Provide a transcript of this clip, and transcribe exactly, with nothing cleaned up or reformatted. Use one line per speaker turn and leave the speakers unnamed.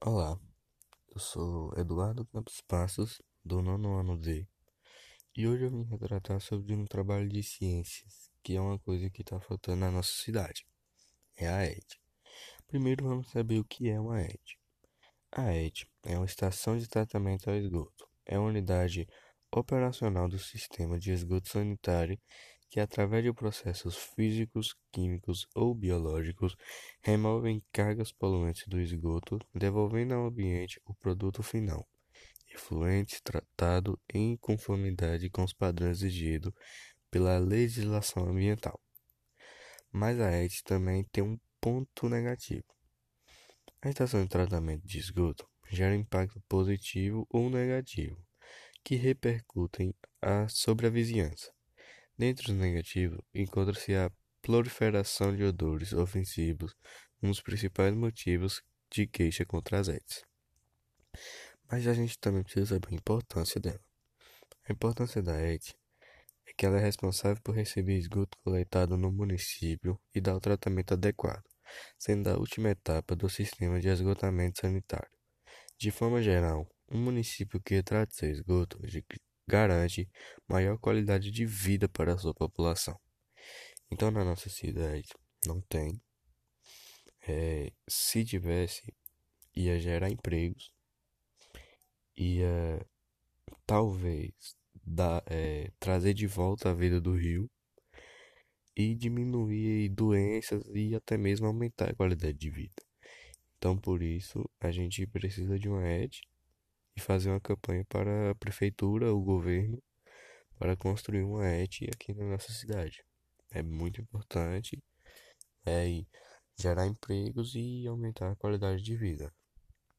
Olá, eu sou Eduardo Campos Passos, do nono ano D, e hoje eu vim retratar sobre um trabalho de ciências, que é uma coisa que está faltando na nossa cidade, é a E D. Primeiro vamos saber o que é uma E D. A E D é uma estação de tratamento ao esgoto, é uma unidade operacional do sistema de esgoto sanitário que, através de processos físicos, químicos ou biológicos, removem cargas poluentes do esgoto, devolvendo ao ambiente o produto final efluente tratado em conformidade com os padrões exigidos pela legislação ambiental. Mas a E D também tem um ponto negativo. A estação de tratamento de esgoto gera impacto positivo ou negativo, que repercutem a- sobre a vizinhança. Dentre os negativos, encontra-se a proliferação de odores ofensivos, um dos principais motivos de queixa contra as E Ds. Mas a gente também precisa saber a importância dela. A importância da E D é que ela é responsável por receber esgoto coletado no município e dar o tratamento adequado, sendo a última etapa do sistema de esgotamento sanitário. De forma geral, um município que trata seu esgoto de- garante maior qualidade de vida para a sua população. Então, na nossa cidade, não tem. Eh, se tivesse, ia gerar empregos, ia talvez dar, eh, trazer de volta a vida do rio e diminuir doenças e até mesmo aumentar a qualidade de vida. Então, por isso, a gente precisa de uma E D e fazer uma campanha para a prefeitura, o governo, para construir uma E D aqui na nossa cidade. É muito importante, é, e gerar empregos e aumentar a qualidade de vida.